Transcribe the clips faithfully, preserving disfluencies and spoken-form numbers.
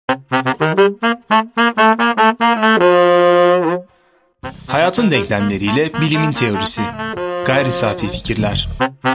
Hayatın denklemleriyle bilimin teorisi. Gayri safi fikirler.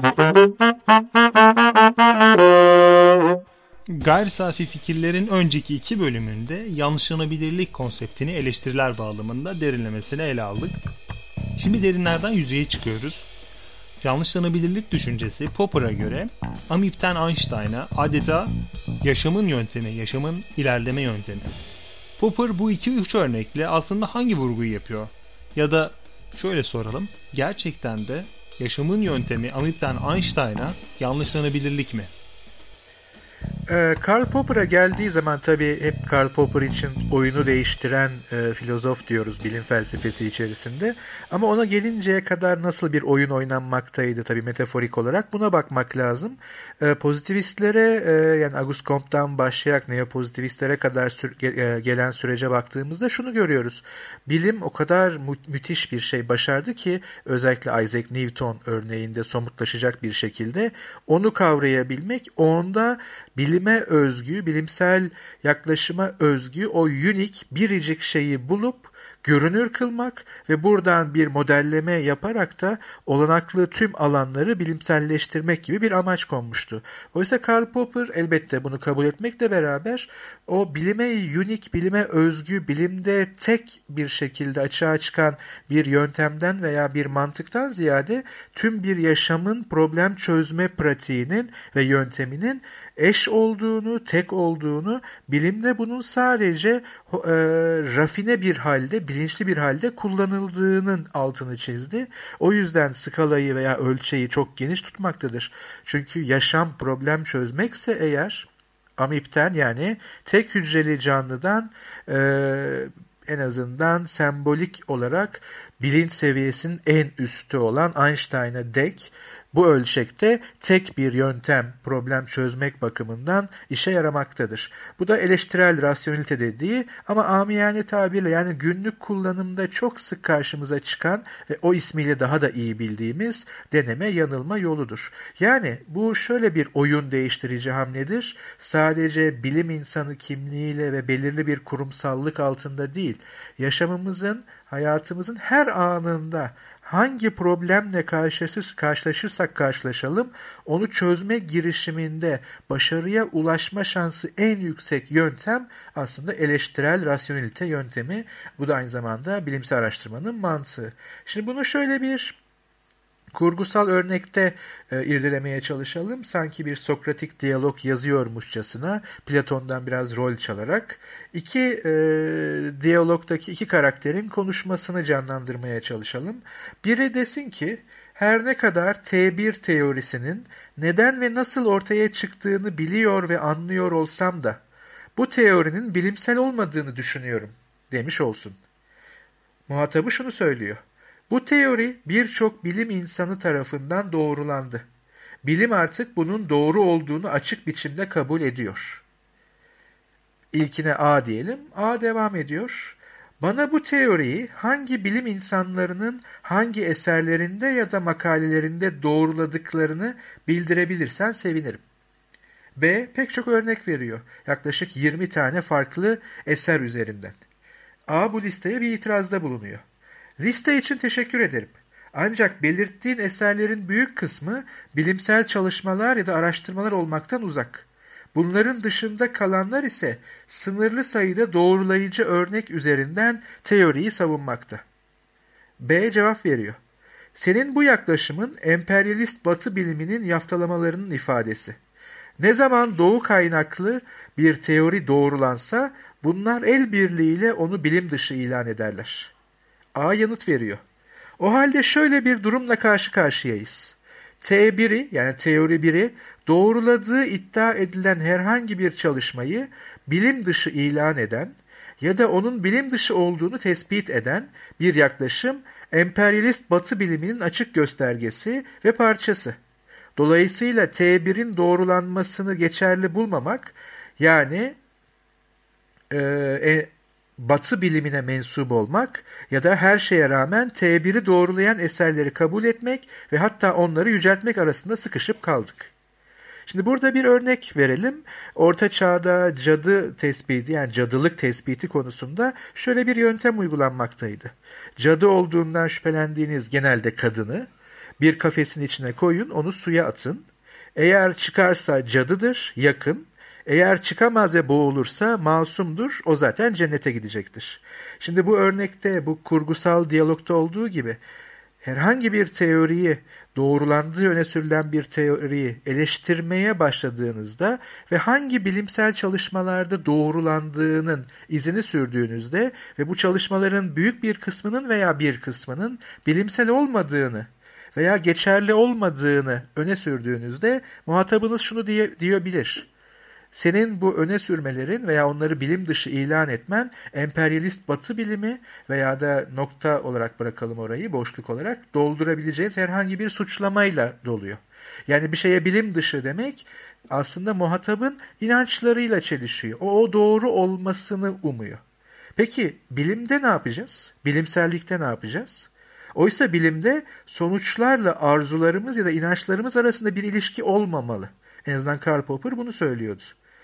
Gayri safi fikirlerin önceki iki bölümünde yanlışlanabilirlik konseptini eleştiriler bağlamında derinlemesine ele aldık. Şimdi derinlerden yüzeye çıkıyoruz. Yanlışlanabilirlik düşüncesi Popper'a göre Amip'ten Einstein'a adeta yaşamın yöntemi, yaşamın ilerleme yöntemi. Popper bu iki üç örnekle aslında hangi vurguyu yapıyor? Ya da şöyle soralım, gerçekten de yaşamın yöntemi Amip'ten Einstein'a yanlışlanabilirlik mi? Karl Popper'a geldiği zaman tabii hep Karl Popper için oyunu değiştiren e, filozof diyoruz bilim felsefesi içerisinde. Ama ona gelinceye kadar nasıl bir oyun oynanmaktaydı tabii metaforik olarak buna bakmak lazım. E, pozitivistlere e, yani Auguste Comte'dan başlayarak neopozitivistlere kadar sür, ge, gelen sürece baktığımızda şunu görüyoruz. Bilim o kadar mü, müthiş bir şey başardı ki özellikle Isaac Newton örneğinde somutlaşacak bir şekilde onu kavrayabilmek, onda bilime özgü, bilimsel yaklaşıma özgü o unik biricik şeyi bulup görünür kılmak ve buradan bir modelleme yaparak da olanaklı tüm alanları bilimselleştirmek gibi bir amaç konmuştu. Oysa Karl Popper elbette bunu kabul etmekle beraber o bilime unik, bilime özgü, bilimde tek bir şekilde açığa çıkan bir yöntemden veya bir mantıktan ziyade tüm bir yaşamın problem çözme pratiğinin ve yönteminin eş olduğunu, tek olduğunu, bilimde bunun sadece e, rafine bir halde, bilinçli bir halde kullanıldığının altını çizdi. O yüzden skalayı veya ölçeği çok geniş tutmaktadır. Çünkü yaşam problem çözmekse eğer, amipten yani tek hücreli canlıdan e, en azından sembolik olarak bilinç seviyesinin en üstü olan Einstein'a dek bu ölçekte tek bir yöntem problem çözmek bakımından işe yaramaktadır. Bu da eleştirel rasyonelite dediği ama amiyane tabirle yani günlük kullanımda çok sık karşımıza çıkan ve o ismiyle daha da iyi bildiğimiz deneme yanılma yoludur. Yani bu şöyle bir oyun değiştirici hamledir. Sadece bilim insanı kimliğiyle ve belirli bir kurumsallık altında değil, yaşamımızın, hayatımızın her anında hangi problemle karşılaşır, karşılaşırsak karşılaşalım, onu çözme girişiminde başarıya ulaşma şansı en yüksek yöntem aslında eleştirel rasyonelite yöntemi. Bu da aynı zamanda bilimsel araştırmanın mantığı. Şimdi bunu şöyle bir kurgusal örnekte e, irdelemeye çalışalım. Sanki bir Sokratik diyalog yazıyormuşçasına Platon'dan biraz rol çalarak iki e, diyalogdaki iki karakterin konuşmasını canlandırmaya çalışalım. Biri desin ki her ne kadar T bir teorisinin neden ve nasıl ortaya çıktığını biliyor ve anlıyor olsam da bu teorinin bilimsel olmadığını düşünüyorum demiş olsun. Muhatabı şunu söylüyor. Bu teori birçok bilim insanı tarafından doğrulandı. Bilim artık bunun doğru olduğunu açık biçimde kabul ediyor. İlkine A diyelim. A devam ediyor. Bana bu teoriyi hangi bilim insanlarının hangi eserlerinde ya da makalelerinde doğruladıklarını bildirebilirsen sevinirim. B pek çok örnek veriyor. Yaklaşık yirmi tane farklı eser üzerinden. A bu listeye bir itirazda bulunuyor. Liste için teşekkür ederim. Ancak belirttiğin eserlerin büyük kısmı bilimsel çalışmalar ya da araştırmalar olmaktan uzak. Bunların dışında kalanlar ise sınırlı sayıda doğrulayıcı örnek üzerinden teoriyi savunmakta. B cevap veriyor. Senin bu yaklaşımın emperyalist Batı biliminin yaftalamalarının ifadesi. Ne zaman doğu kaynaklı bir teori doğrulansa bunlar el birliğiyle onu bilim dışı ilan ederler. A yanıt veriyor. O halde şöyle bir durumla karşı karşıyayız. T biri yani teori biri doğruladığı iddia edilen herhangi bir çalışmayı bilim dışı ilan eden ya da onun bilim dışı olduğunu tespit eden bir yaklaşım emperyalist Batı biliminin açık göstergesi ve parçası. Dolayısıyla T birin doğrulanmasını geçerli bulmamak yani e, Batı bilimine mensup olmak ya da her şeye rağmen T biri doğrulayan eserleri kabul etmek ve hatta onları yüceltmek arasında sıkışıp kaldık. Şimdi burada bir örnek verelim. Orta Çağ'da cadı tespiti, yani cadılık tespiti konusunda şöyle bir yöntem uygulanmaktaydı. Cadı olduğundan şüphelendiğiniz, genelde kadını, bir kafesin içine koyun, onu suya atın. Eğer çıkarsa cadıdır, yakın. Eğer çıkamaz ve boğulursa masumdur, o zaten cennete gidecektir. Şimdi bu örnekte, bu kurgusal diyalogta olduğu gibi herhangi bir teoriyi, doğrulandığı öne sürülen bir teoriyi eleştirmeye başladığınızda ve hangi bilimsel çalışmalarda doğrulandığının izini sürdüğünüzde ve bu çalışmaların büyük bir kısmının veya bir kısmının bilimsel olmadığını veya geçerli olmadığını öne sürdüğünüzde muhatabınız şunu diye, diyebilir. Senin bu öne sürmelerin veya onları bilim dışı ilan etmen emperyalist batı bilimi veya da nokta olarak bırakalım orayı, boşluk olarak doldurabileceğiz herhangi bir suçlamayla doluyor. Yani bir şeye bilim dışı demek aslında muhatabın inançlarıyla çelişiyor. O, o doğru olmasını umuyor. Peki bilimde ne yapacağız? Bilimsellikte ne yapacağız? Oysa bilimde sonuçlarla arzularımız ya da inançlarımız arasında bir ilişki olmamalı. En azından Karl Popper bunu söylüyordu.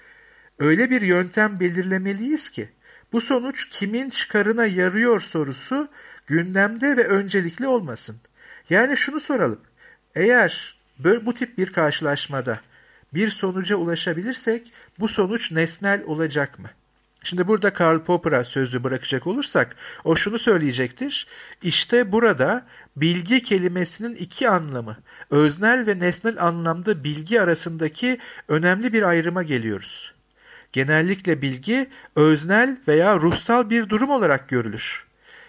Öyle bir yöntem belirlemeliyiz ki bu sonuç kimin çıkarına yarıyor sorusu gündemde ve öncelikli olmasın. Yani şunu soralım. Eğer böyle bu tip bir karşılaşmada bir sonuca ulaşabilirsek bu sonuç nesnel olacak mı? Şimdi burada Karl Popper'a sözü bırakacak olursak o şunu söyleyecektir. İşte burada bilgi kelimesinin iki anlamı, öznel ve nesnel anlamda bilgi arasındaki önemli bir ayrıma geliyoruz. Genellikle bilgi öznel veya ruhsal bir durum olarak görülür.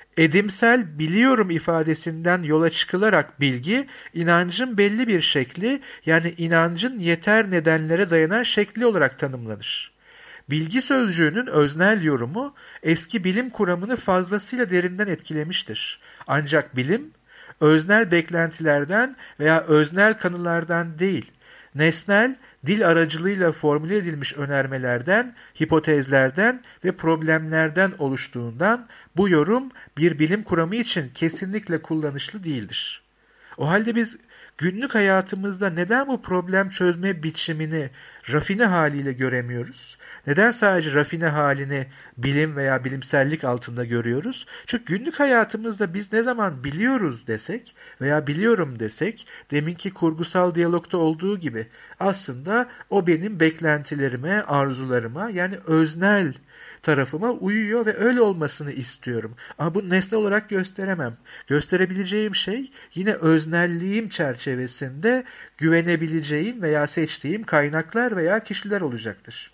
Edimsel biliyorum ifadesinden yola çıkılarak bilgi, inancın belli bir şekli, yani inancın yeter nedenlere dayanan şekli olarak tanımlanır. Bilgi sözcüğünün öznel yorumu eski bilim kuramını fazlasıyla derinden etkilemiştir. Ancak bilim, öznel beklentilerden veya öznel kanılardan değil, nesnel, dil aracılığıyla formüle edilmiş önermelerden, hipotezlerden ve problemlerden oluştuğundan bu yorum bir bilim kuramı için kesinlikle kullanışlı değildir. O halde biz günlük hayatımızda neden bu problem çözme biçimini rafine haliyle göremiyoruz? Neden sadece rafine halini bilim veya bilimsellik altında görüyoruz? Çünkü günlük hayatımızda biz ne zaman biliyoruz desek veya biliyorum desek, deminki kurgusal diyalogta olduğu gibi aslında o benim beklentilerime, arzularıma, yani öznel tarafıma uyuyor ve öyle olmasını istiyorum. Ama bunu nesne olarak gösteremem. Gösterebileceğim şey yine öznelliğim çerçevesinde güvenebileceğim veya seçtiğim kaynaklar veya kişiler olacaktır.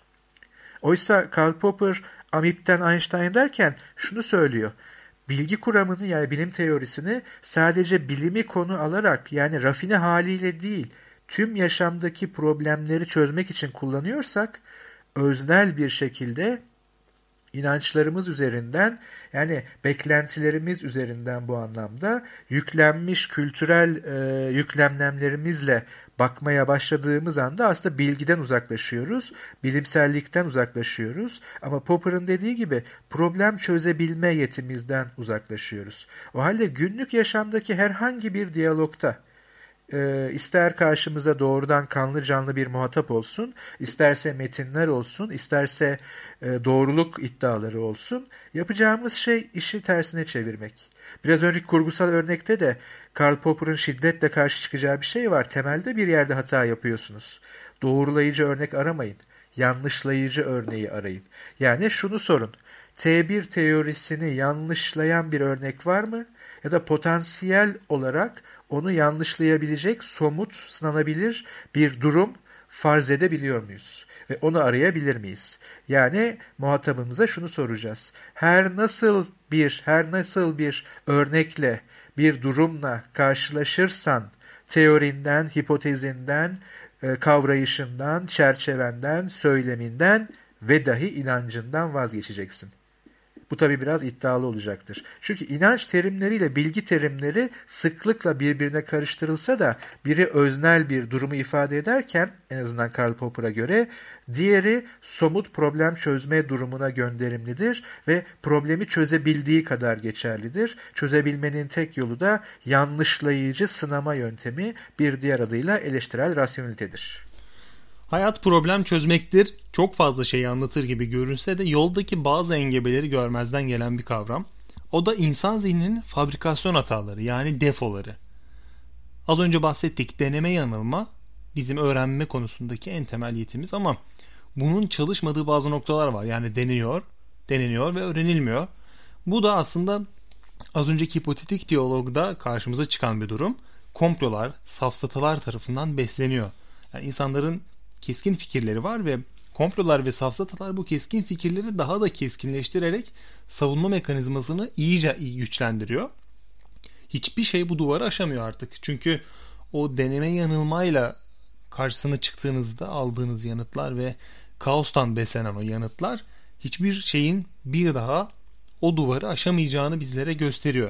Oysa Karl Popper Amip'ten Einstein derken şunu söylüyor. Bilgi kuramını, yani bilim teorisini sadece bilimi konu alarak, yani rafine haliyle değil, tüm yaşamdaki problemleri çözmek için kullanıyorsak öznel bir şekilde İnançlarımız üzerinden, yani beklentilerimiz üzerinden bu anlamda yüklenmiş kültürel e, yüklemlemlerimizle bakmaya başladığımız anda aslında bilgiden uzaklaşıyoruz, bilimsellikten uzaklaşıyoruz. Ama Popper'ın dediği gibi problem çözebilme yetimizden uzaklaşıyoruz. O halde günlük yaşamdaki herhangi bir diyalogta, E, ister karşımıza doğrudan kanlı canlı bir muhatap olsun, isterse metinler olsun, isterse e, doğruluk iddiaları olsun, yapacağımız şey işi tersine çevirmek. Biraz önceki kurgusal örnekte de Karl Popper'ın şiddetle karşı çıkacağı bir şey var. Temelde bir yerde hata yapıyorsunuz. Doğrulayıcı örnek aramayın. Yanlışlayıcı örneği arayın. Yani şunu sorun. T bir teorisini yanlışlayan bir örnek var mı? Ya da potansiyel olarak onu yanlışlayabilecek, somut, sınanabilir bir durum farz edebiliyor muyuz? Ve onu arayabilir miyiz? Yani muhatabımıza şunu soracağız. Her nasıl bir, her nasıl bir örnekle, bir durumla karşılaşırsan, teorinden, hipotezinden, kavrayışından, çerçevenden, söyleminden ve dahi inancından vazgeçeceksin. Bu tabii biraz iddialı olacaktır. Çünkü inanç terimleriyle bilgi terimleri sıklıkla birbirine karıştırılsa da biri öznel bir durumu ifade ederken, en azından Karl Popper'a göre, diğeri somut problem çözme durumuna gönderimlidir ve problemi çözebildiği kadar geçerlidir. Çözebilmenin tek yolu da yanlışlayıcı sınama yöntemi, bir diğer adıyla eleştirel rasyonelitedir. Hayat problem çözmektir. Çok fazla şeyi anlatır gibi görünse de yoldaki bazı engebeleri görmezden gelen bir kavram. O da insan zihninin fabrikasyon hataları, yani defoları. Az önce bahsettik, deneme yanılma bizim öğrenme konusundaki en temel yetimiz ama bunun çalışmadığı bazı noktalar var. Yani deneniyor, deneniyor ve öğrenilmiyor. Bu da aslında az önceki hipotetik diyalogda karşımıza çıkan bir durum. Komplolar, safsatalar tarafından besleniyor. Yani insanların keskin fikirleri var ve komplolar ve safsatalar bu keskin fikirleri daha da keskinleştirerek savunma mekanizmasını iyice iyi güçlendiriyor. Hiçbir şey bu duvarı aşamıyor artık. Çünkü o deneme yanılmayla karşısına çıktığınızda aldığınız yanıtlar ve kaostan beslenen o yanıtlar hiçbir şeyin bir daha o duvarı aşamayacağını bizlere gösteriyor.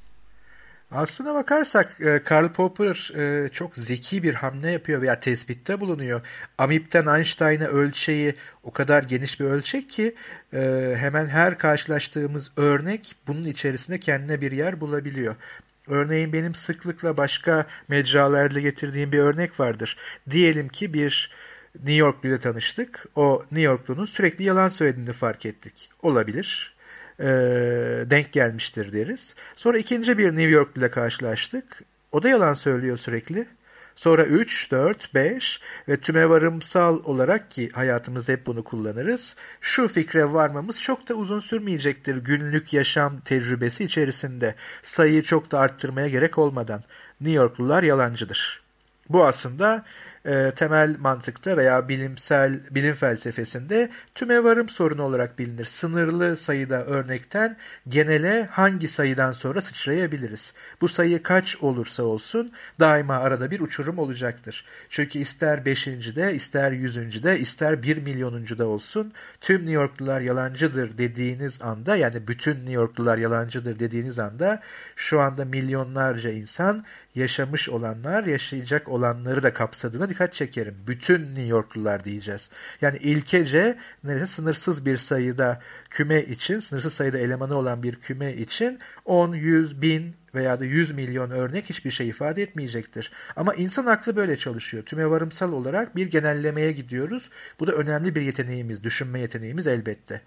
Aslına bakarsak Karl Popper çok zeki bir hamle yapıyor veya tespitte bulunuyor. Amip'ten Einstein'a ölçeği o kadar geniş bir ölçek ki hemen her karşılaştığımız örnek bunun içerisinde kendine bir yer bulabiliyor. Örneğin benim sıklıkla başka mecralarda getirdiğim bir örnek vardır. Diyelim ki bir New Yorklu ile tanıştık. O New Yorklu'nun sürekli yalan söylediğini fark ettik. Olabilir. E, denk gelmiştir deriz. Sonra ikinci bir New Yorklu ile karşılaştık. O da yalan söylüyor sürekli. Sonra üç, dört, beş ve tümevarımsal olarak ki hayatımızda hep bunu kullanırız. Şu fikre varmamız çok da uzun sürmeyecektir günlük yaşam tecrübesi içerisinde. Sayıyı çok da arttırmaya gerek olmadan. New Yorklular yalancıdır. Bu aslında e, temel mantıkta veya bilimsel bilim felsefesinde tümevarım sorunu olarak bilinir. Sınırlı sayıda örnekten genele hangi sayıdan sonra sıçrayabiliriz? Bu sayı kaç olursa olsun daima arada bir uçurum olacaktır. Çünkü ister beşincide, ister yüzüncüde, ister bir milyonuncuda olsun tüm New Yorklular yalancıdır dediğiniz anda, yani bütün New Yorklular yalancıdır dediğiniz anda şu anda milyonlarca insan yaşamış olanlar, yaşayacak olanları da kapsadığına dikkat çekerim. Bütün New Yorklular diyeceğiz. Yani ilkece neredeyse sınırsız bir sayıda küme için, sınırsız sayıda elemanı olan bir küme için on, yüz, bin veya da yüz milyon örnek hiçbir şey ifade etmeyecektir. Ama insan aklı böyle çalışıyor. Tümevarımsal olarak bir genellemeye gidiyoruz. Bu da önemli bir yeteneğimiz, düşünme yeteneğimiz elbette.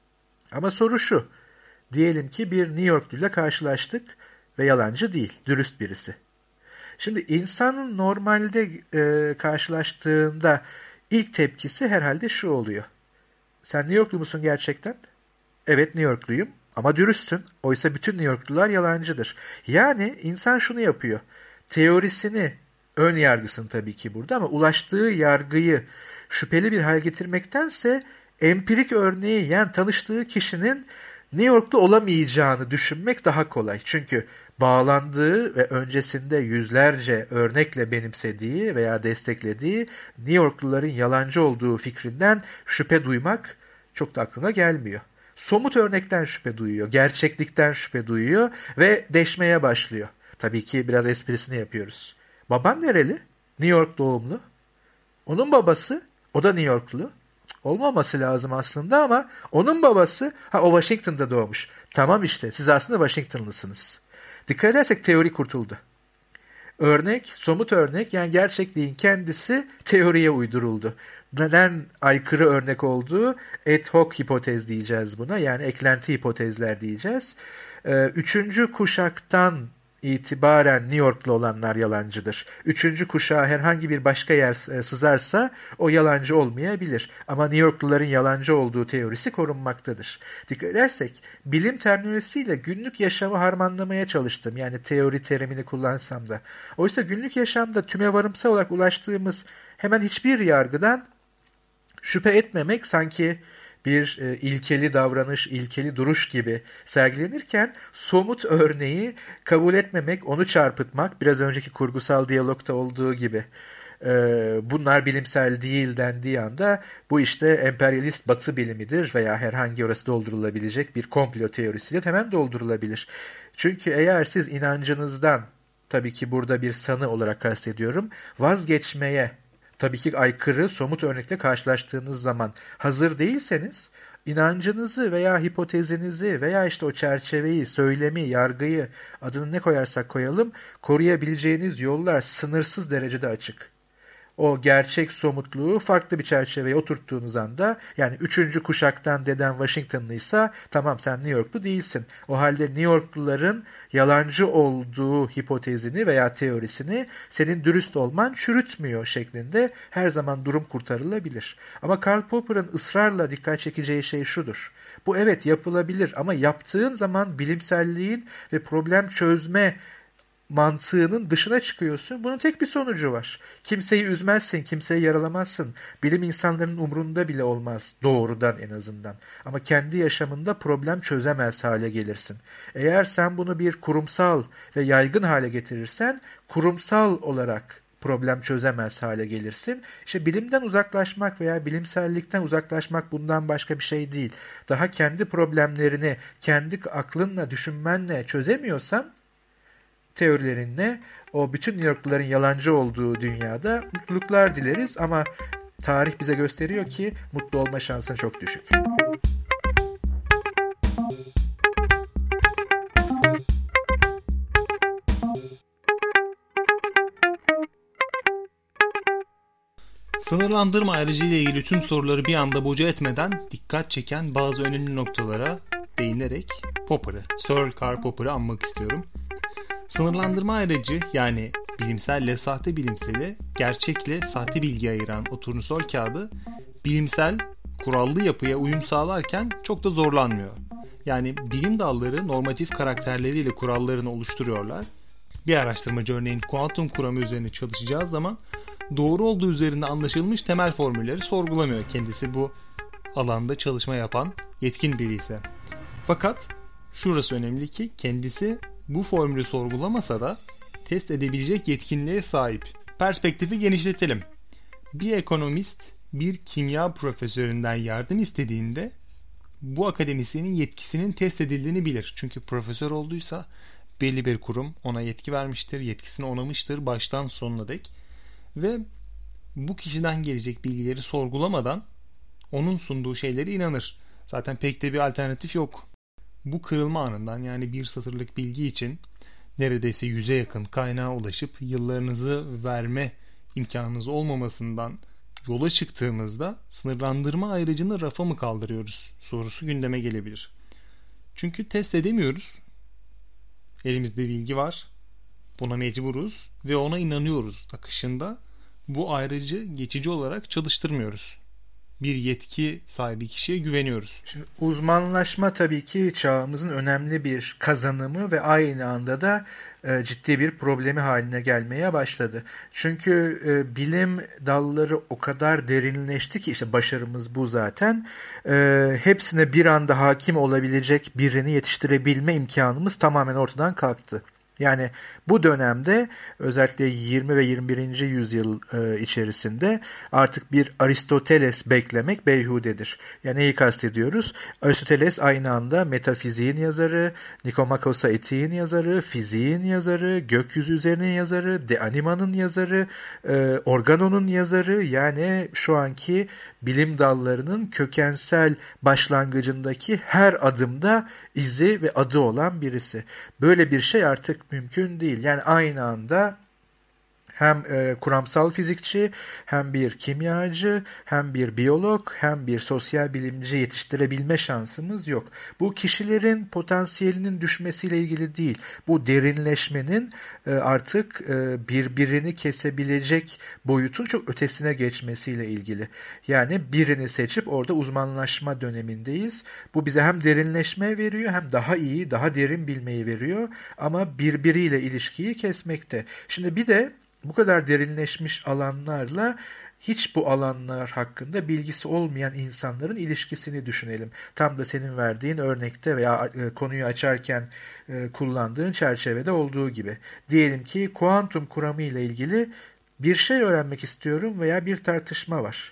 Ama soru şu. Diyelim ki bir New Yorklu ile karşılaştık ve yalancı değil, dürüst birisi. Şimdi insanın normalde e, karşılaştığında ilk tepkisi herhalde şu oluyor. Sen New Yorklu musun gerçekten? Evet, New Yorkluyum ama dürüstsün. Oysa bütün New Yorklular yalancıdır. Yani insan şunu yapıyor. Teorisini, ön yargısını tabii ki burada ama ulaştığı yargıyı şüpheli bir hal getirmektense empirik örneği, yani tanıştığı kişinin New Yorklu olamayacağını düşünmek daha kolay. Çünkü bağlandığı ve öncesinde yüzlerce örnekle benimsediği veya desteklediği New Yorkluların yalancı olduğu fikrinden şüphe duymak çok da aklına gelmiyor. Somut örnekten şüphe duyuyor, gerçeklikten şüphe duyuyor ve deşmeye başlıyor. Tabii ki biraz esprisini yapıyoruz. Baban nereli? New York doğumlu. Onun babası, o da New Yorklu. Olmaması lazım aslında ama onun babası, ha o Washington'da doğmuş. Tamam işte, siz aslında Washingtonlısınız. Dikkat edersek teori kurtuldu. Örnek, somut örnek, yani gerçekliğin kendisi teoriye uyduruldu. Neden aykırı örnek olduğu ad hoc hipotez diyeceğiz buna, yani eklenti hipotezler diyeceğiz. Üçüncü kuşaktan itibaren New Yorklu olanlar yalancıdır. Üçüncü kuşağa herhangi bir başka yer sızarsa o yalancı olmayabilir. Ama New Yorkluların yalancı olduğu teorisi korunmaktadır. Dikkat edersek bilim terminolojisiyle günlük yaşamı harmanlamaya çalıştım. Yani teori terimini kullansam da. Oysa günlük yaşamda tümevarımsal olarak ulaştığımız hemen hiçbir yargıdan şüphe etmemek sanki bir e, ilkeli davranış, ilkeli duruş gibi sergilenirken somut örneği kabul etmemek, onu çarpıtmak, biraz önceki kurgusal diyalogta olduğu gibi e, bunlar bilimsel değil dendiği anda bu işte emperyalist batı bilimidir veya herhangi orası doldurulabilecek bir komplo teorisiyle hemen doldurulabilir. Çünkü eğer siz inancınızdan, tabii ki burada bir sanı olarak kastediyorum, vazgeçmeye, tabii ki aykırı, somut örnekle karşılaştığınız zaman hazır değilseniz, inancınızı veya hipotezinizi veya işte o çerçeveyi, söylemi, yargıyı, adını ne koyarsak koyalım, koruyabileceğiniz yollar sınırsız derecede açık. O gerçek somutluğu farklı bir çerçeveye oturttuğunuz anda, yani üçüncü kuşaktan deden Washingtonlıysa tamam sen New Yorklu değilsin. O halde New Yorkluların yalancı olduğu hipotezini veya teorisini senin dürüst olman çürütmüyor şeklinde her zaman durum kurtarılabilir. Ama Karl Popper'ın ısrarla dikkat çekeceği şey şudur. Bu evet yapılabilir ama yaptığın zaman bilimselliğin ve problem çözme mantığının dışına çıkıyorsun. Bunun tek bir sonucu var. Kimseyi üzmezsin, kimseyi yaralamazsın. Bilim insanların umrunda bile olmaz, doğrudan en azından. Ama kendi yaşamında problem çözemez hale gelirsin. Eğer sen bunu bir kurumsal ve yaygın hale getirirsen, kurumsal olarak problem çözemez hale gelirsin. İşte bilimden uzaklaşmak veya bilimsellikten uzaklaşmak bundan başka bir şey değil. Daha kendi problemlerini kendi aklınla, düşünmenle çözemiyorsan, teorilerinle o bütün New Yorkluların yalancı olduğu dünyada mutluluklar dileriz ama tarih bize gösteriyor ki mutlu olma şansın çok düşük. Sınırlandırma ayrıcı ile ilgili tüm soruları bir anda boca etmeden dikkat çeken bazı önemli noktalara değinerek Popper'ı, Sir Karl Popper'ı anmak istiyorum. Sınırlandırma ayrıcı, yani bilimselle sahte bilimseli, gerçekle sahte bilgi ayıran o turnusol kağıdı bilimsel, kurallı yapıya uyum sağlarken çok da zorlanmıyor. Yani bilim dalları normatif karakterleriyle kurallarını oluşturuyorlar. Bir araştırmacı örneğin kuantum kuramı üzerine çalışacağı zaman doğru olduğu üzerinde anlaşılmış temel formülleri sorgulamıyor. Kendisi bu alanda çalışma yapan yetkin biri ise. Fakat şurası önemli ki kendisi bu formülü sorgulamasa da test edebilecek yetkinliğe sahip. Perspektifi genişletelim. Bir ekonomist bir kimya profesöründen yardım istediğinde bu akademisyenin yetkisinin test edildiğini bilir. Çünkü profesör olduysa belli bir kurum ona yetki vermiştir, yetkisini onamıştır baştan sonuna dek. Ve bu kişiden gelecek bilgileri sorgulamadan onun sunduğu şeylere inanır. Zaten pek de bir alternatif yok. Bu kırılma anından, yani bir satırlık bilgi için neredeyse yüze yakın kaynağa ulaşıp yıllarınızı verme imkanınız olmamasından yola çıktığımızda sınırlandırma ayrıcını rafa mı kaldırıyoruz sorusu gündeme gelebilir. Çünkü test edemiyoruz. Elimizde bilgi var. Buna mecburuz ve ona inanıyoruz akışında. Bu ayrıcı geçici olarak çalıştırmıyoruz. Bir yetki sahibi kişiye güveniyoruz. Şimdi uzmanlaşma tabii ki çağımızın önemli bir kazanımı ve aynı anda da e, ciddi bir problemi haline gelmeye başladı. Çünkü e, bilim dalları o kadar derinleşti ki, işte başarımız bu zaten. E, hepsine bir anda hakim olabilecek birini yetiştirebilme imkanımız tamamen ortadan kalktı. Yani bu dönemde özellikle yirmi ve yirmi birinci yüzyıl e, içerisinde artık bir Aristoteles beklemek beyhudedir. Yani neyi kastediyoruz? Aristoteles aynı anda metafiziğin yazarı, Nikomakos'a etiğin yazarı, fiziğin yazarı, gökyüzü üzerine yazarı, De Anima'nın yazarı, e, Organon'un yazarı, yani şu anki bilim dallarının kökensel başlangıcındaki her adımda izi ve adı olan birisi. Böyle bir şey artık mümkün değil. Yani aynı anda hem e, kuramsal fizikçi, hem bir kimyacı, hem bir biyolog, hem bir sosyal bilimci yetiştirebilme şansımız yok. Bu kişilerin potansiyelinin düşmesiyle ilgili değil. Bu derinleşmenin e, artık e, birbirini kesebilecek boyutun çok ötesine geçmesiyle ilgili. Yani birini seçip orada uzmanlaşma dönemindeyiz. Bu bize hem derinleşme veriyor, hem daha iyi, daha derin bilmeyi veriyor, ama birbiriyle ilişkiyi kesmekte. Şimdi bir de bu kadar derinleşmiş alanlarla hiç bu alanlar hakkında bilgisi olmayan insanların ilişkisini düşünelim. Tam da senin verdiğin örnekte veya konuyu açarken kullandığın çerçevede olduğu gibi. Diyelim ki kuantum kuramı ile ilgili bir şey öğrenmek istiyorum veya bir tartışma var.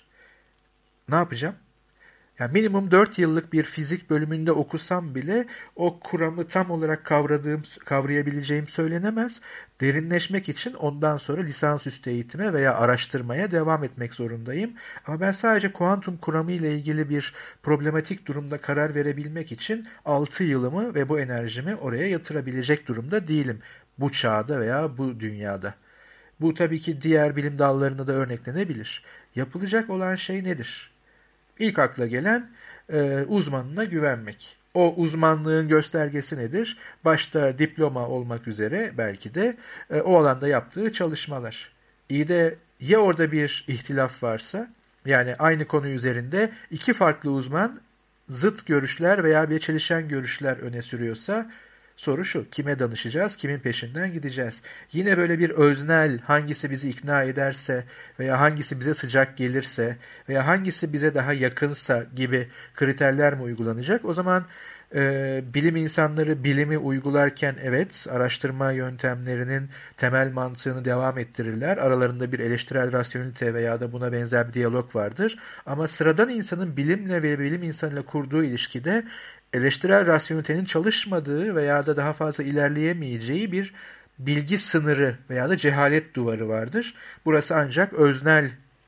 Ne yapacağım? Yani minimum dört yıllık bir fizik bölümünde okusam bile o kuramı tam olarak kavradığım, kavrayabileceğim söylenemez. Derinleşmek için ondan sonra lisansüstü eğitime veya araştırmaya devam etmek zorundayım. Ama ben sadece kuantum kuramı ile ilgili bir problematik durumda karar verebilmek için altı yılımı ve bu enerjimi oraya yatırabilecek durumda değilim. Bu çağda veya bu dünyada. Bu tabii ki diğer bilim dallarına da örneklenebilir. Yapılacak olan şey nedir? İlk akla gelen e, uzmanına güvenmek. O uzmanlığın göstergesi nedir? Başta diploma olmak üzere belki de e, o alanda yaptığı çalışmalar. İyi de ya orada bir ihtilaf varsa, yani aynı konu üzerinde iki farklı uzman zıt görüşler veya bir çelişen görüşler öne sürüyorsa, soru şu: kime danışacağız, kimin peşinden gideceğiz? Yine böyle bir öznel, hangisi bizi ikna ederse veya hangisi bize sıcak gelirse veya hangisi bize daha yakınsa gibi kriterler mi uygulanacak? O zaman e, bilim insanları bilimi uygularken evet, araştırma yöntemlerinin temel mantığını devam ettirirler. Aralarında bir eleştirel rasyonelite veya da buna benzer bir diyalog vardır. Ama sıradan insanın bilimle ve bilim insanıyla kurduğu ilişkide eleştirel rasyonelitenin çalışmadığı veya da daha fazla ilerleyemeyeceği bir bilgi sınırı veya da cehalet duvarı vardır. Burası ancak öznel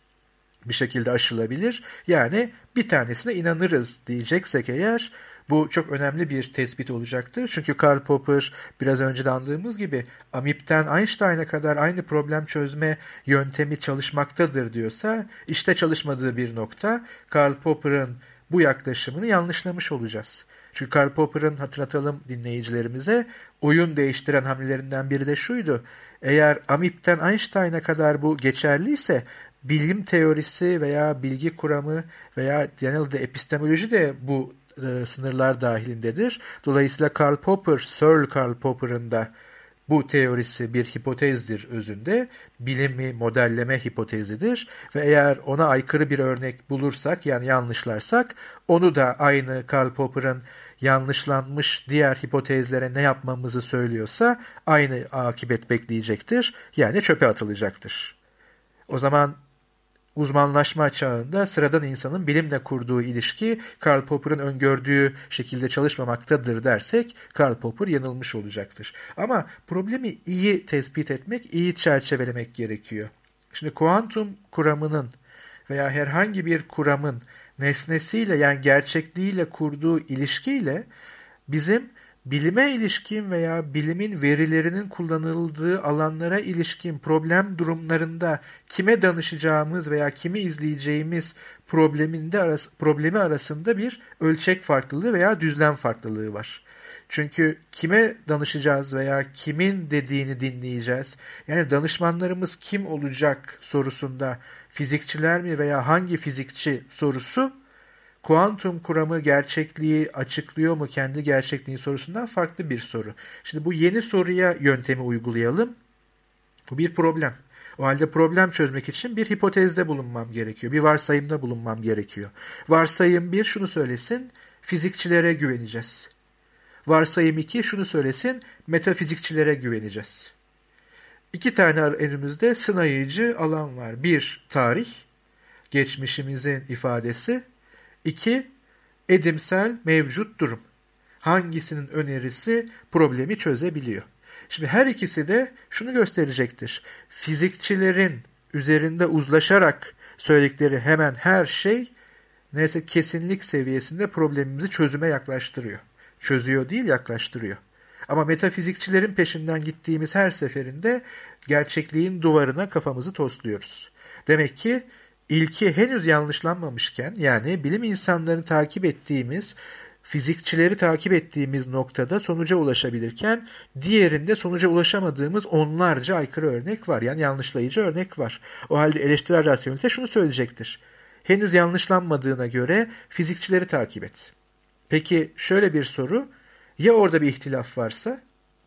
bir şekilde aşılabilir. Yani bir tanesine inanırız diyeceksek eğer, bu çok önemli bir tespit olacaktır. Çünkü Karl Popper biraz önce de andığımız gibi amipten Einstein'a kadar aynı problem çözme yöntemi çalışmaktadır diyorsa, işte çalışmadığı bir nokta, Karl Popper'ın bu yaklaşımını yanlışlamış olacağız. Çünkü Karl Popper'ın, hatırlatalım dinleyicilerimize, oyun değiştiren hamlelerinden biri de şuydu: eğer amipten Einstein'a kadar bu geçerliyse, bilim teorisi veya bilgi kuramı veya genelde epistemoloji de bu e, sınırlar dahilindedir. Dolayısıyla Karl Popper, Sir Karl Popper'ın da bu teorisi bir hipotezdir özünde, bilimi modelleme hipotezidir ve eğer ona aykırı bir örnek bulursak, yani yanlışlarsak, onu da aynı Karl Popper'ın yanlışlanmış diğer hipotezlere ne yapmamızı söylüyorsa aynı akıbet bekleyecektir, yani çöpe atılacaktır. O zaman uzmanlaşma çağında sıradan insanın bilimle kurduğu ilişki Karl Popper'ın öngördüğü şekilde çalışmamaktadır dersek, Karl Popper yanılmış olacaktır. Ama problemi iyi tespit etmek, iyi çerçevelemek gerekiyor. Şimdi kuantum kuramının veya herhangi bir kuramın nesnesiyle, yani gerçekliğiyle kurduğu ilişkiyle bizim bilime ilişkin veya bilimin verilerinin kullanıldığı alanlara ilişkin problem durumlarında kime danışacağımız veya kimi izleyeceğimiz probleminde arası, problemi arasında bir ölçek farklılığı veya düzlem farklılığı var. Çünkü kime danışacağız veya kimin dediğini dinleyeceğiz, yani danışmanlarımız kim olacak sorusunda fizikçiler mi veya hangi fizikçi sorusu, kuantum kuramı gerçekliği açıklıyor mu, kendi gerçekliği sorusundan farklı bir soru. Şimdi bu yeni soruya yöntemi uygulayalım. Bu bir problem. O halde problem çözmek için bir hipotezde bulunmam gerekiyor. Bir varsayımda bulunmam gerekiyor. Varsayım bir şunu söylesin: fizikçilere güveneceğiz. Varsayım iki şunu söylesin: metafizikçilere güveneceğiz. İki tane önümüzde sınayıcı alan var. Bir, tarih, geçmişimizin ifadesi. İki, edimsel mevcut durum. Hangisinin önerisi problemi çözebiliyor? Şimdi her ikisi de şunu gösterecektir: fizikçilerin üzerinde uzlaşarak söyledikleri hemen her şey neyse kesinlik seviyesinde problemimizi çözüme yaklaştırıyor. Çözüyor değil, yaklaştırıyor. Ama metafizikçilerin peşinden gittiğimiz her seferinde gerçekliğin duvarına kafamızı tosluyoruz. Demek ki İlki henüz yanlışlanmamışken, yani bilim insanlarını takip ettiğimiz, fizikçileri takip ettiğimiz noktada sonuca ulaşabilirken, diğerinde sonuca ulaşamadığımız onlarca aykırı örnek var. Yani yanlışlayıcı örnek var. O halde eleştirel rasyonelite şunu söyleyecektir: henüz yanlışlanmadığına göre fizikçileri takip et. Peki şöyle bir soru: ya orada bir ihtilaf varsa?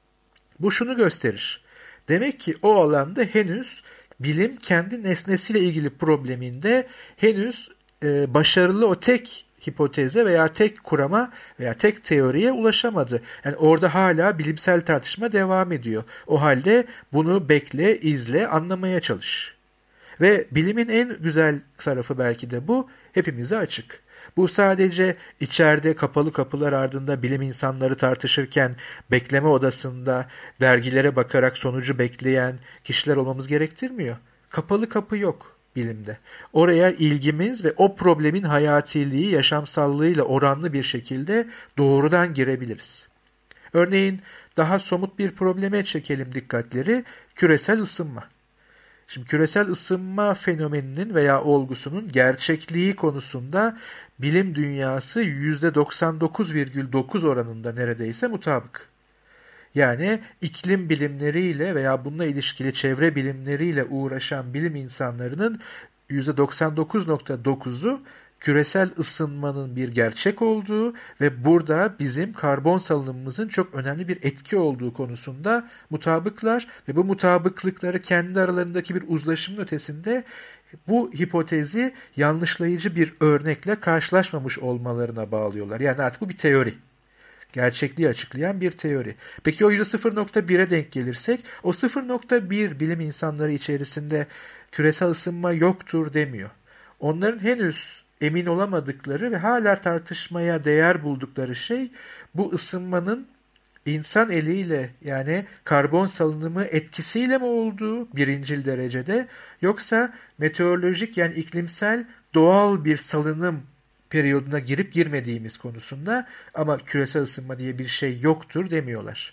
Bu şunu gösterir: demek ki o alanda henüz bilim kendi nesnesiyle ilgili probleminde henüz e, başarılı o tek hipoteze veya tek kurama veya tek teoriye ulaşamadı. Yani orada hala bilimsel tartışma devam ediyor. O halde bunu bekle, izle, anlamaya çalış. Ve bilimin en güzel tarafı belki de bu: hepimize açık. Bu sadece içeride kapalı kapılar ardında bilim insanları tartışırken bekleme odasında dergilere bakarak sonucu bekleyen kişiler olmamız gerektirmiyor. Kapalı kapı yok bilimde. Oraya ilgimiz ve o problemin hayatiliği, yaşamsallığıyla oranlı bir şekilde doğrudan girebiliriz. Örneğin daha somut bir probleme çekelim dikkatleri: küresel ısınma. Şimdi küresel ısınma fenomeninin veya olgusunun gerçekliği konusunda bilim dünyası yüzde doksan dokuz virgül dokuz oranında neredeyse mutabık. Yani iklim bilimleriyle veya bununla ilişkili çevre bilimleriyle uğraşan bilim insanlarının yüzde doksan dokuz virgül dokuzu küresel ısınmanın bir gerçek olduğu ve burada bizim karbon salınımımızın çok önemli bir etki olduğu konusunda mutabıklar ve bu mutabıklıkları kendi aralarındaki bir uzlaşımın ötesinde bu hipotezi yanlışlayıcı bir örnekle karşılaşmamış olmalarına bağlıyorlar. Yani artık bu bir teori. Gerçekliği açıklayan bir teori. Peki o yüzde sıfır virgül bire denk gelirsek, o sıfır virgül bir bilim insanları içerisinde küresel ısınma yoktur demiyor. Onların henüz emin olamadıkları ve hala tartışmaya değer buldukları şey bu ısınmanın insan eliyle yani karbon salınımı etkisiyle mi olduğu birincil derecede yoksa meteorolojik yani iklimsel doğal bir salınım periyoduna girip girmediğimiz konusunda ama küresel ısınma diye bir şey yoktur demiyorlar.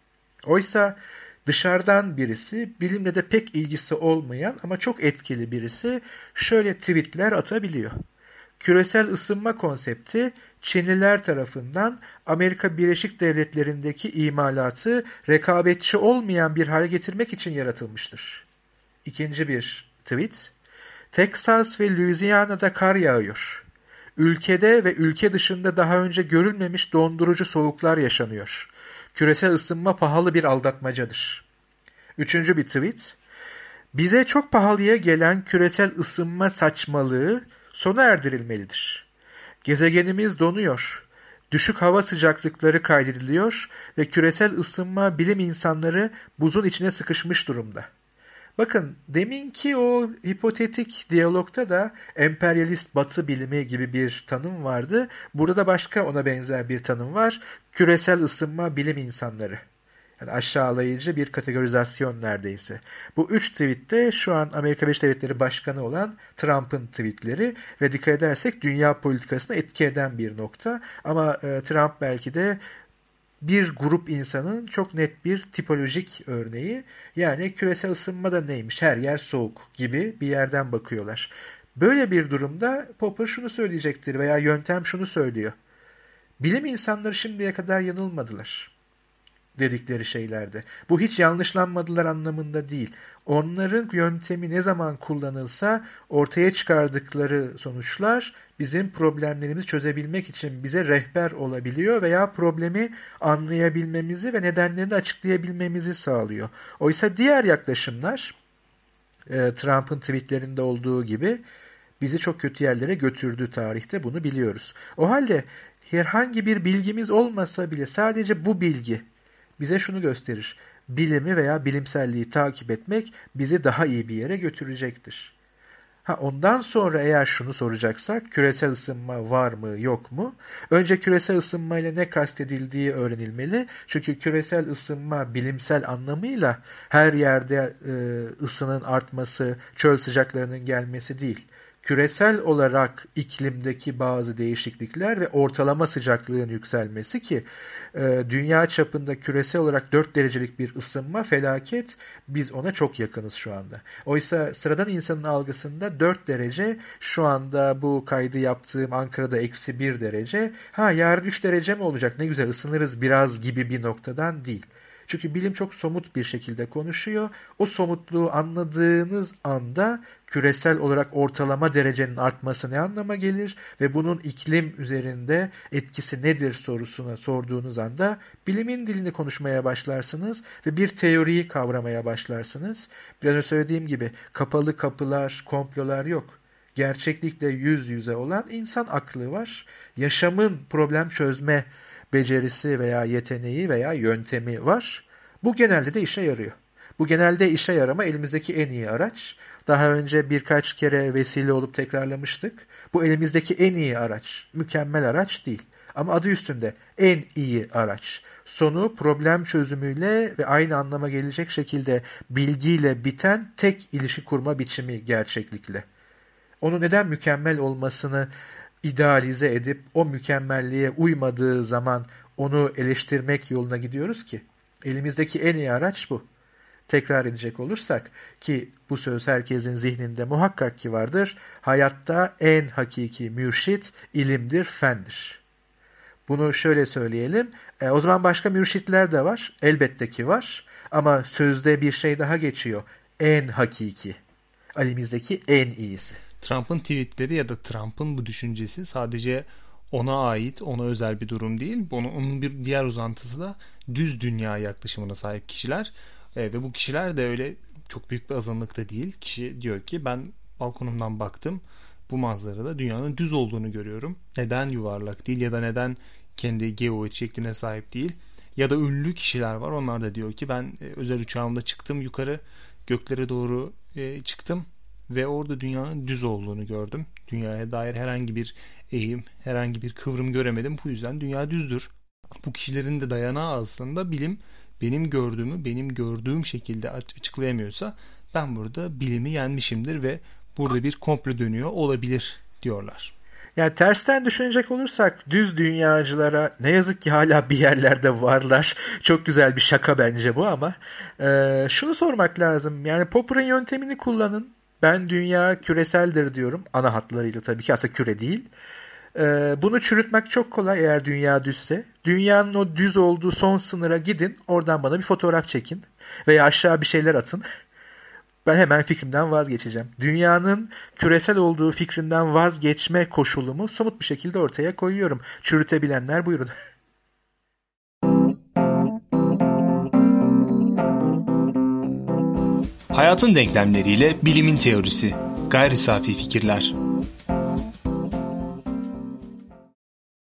Oysa dışarıdan birisi, bilimle de pek ilgisi olmayan ama çok etkili birisi şöyle tweetler atabiliyor. Küresel ısınma konsepti Çinliler tarafından Amerika Birleşik Devletleri'ndeki imalatı rekabetçi olmayan bir hale getirmek için yaratılmıştır. İkinci bir tweet. Texas ve Louisiana'da kar yağıyor. Ülkede ve ülke dışında daha önce görülmemiş dondurucu soğuklar yaşanıyor. Küresel ısınma pahalı bir aldatmacadır. Üçüncü bir tweet. Bize çok pahalıya gelen küresel ısınma saçmalığı sona erdirilmelidir. Gezegenimiz donuyor. Düşük hava sıcaklıkları kaydediliyor ve küresel ısınma bilim insanları buzun içine sıkışmış durumda. Bakın deminki o hipotetik diyalogta da emperyalist batı bilimi gibi bir tanım vardı. Burada da başka ona benzer bir tanım var. Küresel ısınma bilim insanları. Yani aşağılayıcı bir kategorizasyon neredeyse. Bu üç tweet de şu an Amerika Birleşik Devletleri Başkanı olan Trump'ın tweetleri ve dikkat edersek dünya politikasına etki eden bir nokta. Ama e, Trump belki de bir grup insanın çok net bir tipolojik örneği. Yani küresel ısınma da neymiş? Her yer soğuk gibi bir yerden bakıyorlar. Böyle bir durumda Popper şunu söyleyecektir veya yöntem şunu söylüyor. Bilim insanları şimdiye kadar yanılmadılar dedikleri şeylerde. Bu hiç yanlışlanmadılar anlamında değil. Onların yöntemi ne zaman kullanılsa ortaya çıkardıkları sonuçlar bizim problemlerimizi çözebilmek için bize rehber olabiliyor veya problemi anlayabilmemizi ve nedenlerini açıklayabilmemizi sağlıyor. Oysa diğer yaklaşımlar Trump'ın tweetlerinde olduğu gibi bizi çok kötü yerlere götürdü tarihte, bunu biliyoruz. O halde herhangi bir bilgimiz olmasa bile sadece bu bilgi bize şunu gösterir. Bilimi veya bilimselliği takip etmek bizi daha iyi bir yere götürecektir. Ha, ondan sonra eğer şunu soracaksak, küresel ısınma var mı yok mu? Önce küresel ısınma ile ne kastedildiği öğrenilmeli. Çünkü küresel ısınma bilimsel anlamıyla her yerde e, ısının artması, çöl sıcaklarının gelmesi değil. Küresel olarak iklimdeki bazı değişiklikler ve ortalama sıcaklığın yükselmesi ki e, dünya çapında küresel olarak dört derecelik bir ısınma felaket, biz ona çok yakınız şu anda. Oysa sıradan insanın algısında dört derece, şu anda bu kaydı yaptığım Ankara'da eksi bir derece, ha yarın üç derece mi olacak, ne güzel ısınırız biraz gibi bir noktadan değil. Çünkü bilim çok somut bir şekilde konuşuyor. O somutluğu anladığınız anda küresel olarak ortalama derecenin artması ne anlama gelir ve bunun iklim üzerinde etkisi nedir sorusuna sorduğunuz anda bilimin dilini konuşmaya başlarsınız ve bir teoriyi kavramaya başlarsınız. Biraz önce söylediğim gibi kapalı kapılar, komplolar yok. Gerçeklikle yüz yüze olan insan aklı var. Yaşamın problem çözme becerisi veya yeteneği veya yöntemi var. Bu genelde de işe yarıyor. Bu genelde işe yarama elimizdeki en iyi araç. Daha önce birkaç kere vesile olup tekrarlamıştık. Bu elimizdeki en iyi araç, mükemmel araç değil. Ama adı üstünde en iyi araç. Sonu problem çözümüyle ve aynı anlama gelecek şekilde bilgiyle biten tek ilişki kurma biçimi gerçeklikle. Onu neden mükemmel olmasını idealize edip o mükemmelliğe uymadığı zaman onu eleştirmek yoluna gidiyoruz ki? Elimizdeki en iyi araç bu. tekrar edecek olursak ki bu söz herkesin zihninde muhakkak ki vardır. Hayatta en hakiki mürşit ilimdir, fendir. Bunu şöyle söyleyelim. E, o zaman başka mürşitler de var. Elbette ki var. Ama sözde bir şey daha geçiyor. En hakiki. Elimizdeki en iyisi. Trump'ın tweetleri ya da Trump'ın bu düşüncesi sadece ona ait, ona özel bir durum değil. Onun, onun bir diğer uzantısı da düz dünya yaklaşımına sahip kişiler. E, ve bu kişiler de öyle çok büyük bir azınlıkta değil. Kişi diyor ki ben balkonumdan baktım. Bu manzarada dünyanın düz olduğunu görüyorum. Neden yuvarlak değil ya da neden kendi geoid şekline sahip değil? Ya da ünlü kişiler var. Onlar da diyor ki ben e, özel uçağımla çıktım yukarı göklere doğru e, çıktım ve orada dünyanın düz olduğunu gördüm. Dünyaya dair herhangi bir eğim, herhangi bir kıvrım göremedim. Bu yüzden dünya düzdür. Bu kişilerin de dayanağı aslında bilim benim gördüğümü, benim gördüğüm şekilde açıklayamıyorsa ben burada bilimi yenmişimdir ve burada bir komplo dönüyor olabilir diyorlar. Yani tersten düşünecek olursak düz dünyacılara ne yazık ki hala bir yerlerde varlar. Çok güzel bir şaka bence bu ama e, şunu sormak lazım. Yani Popper'ın yöntemini kullanın. Ben dünya küreseldir diyorum. Ana hatlarıyla tabii ki, aslında küre değil. E, bunu çürütmek çok kolay eğer dünya düzse. Dünyanın o düz olduğu son sınıra gidin. Oradan bana bir fotoğraf çekin. Veya aşağı bir şeyler atın. Ben hemen fikrimden vazgeçeceğim. Dünyanın küresel olduğu fikrinden vazgeçme koşulumu somut bir şekilde ortaya koyuyorum. Çürütebilenler buyurun. Hayatın denklemleriyle bilimin teorisi. Gayri safi fikirler.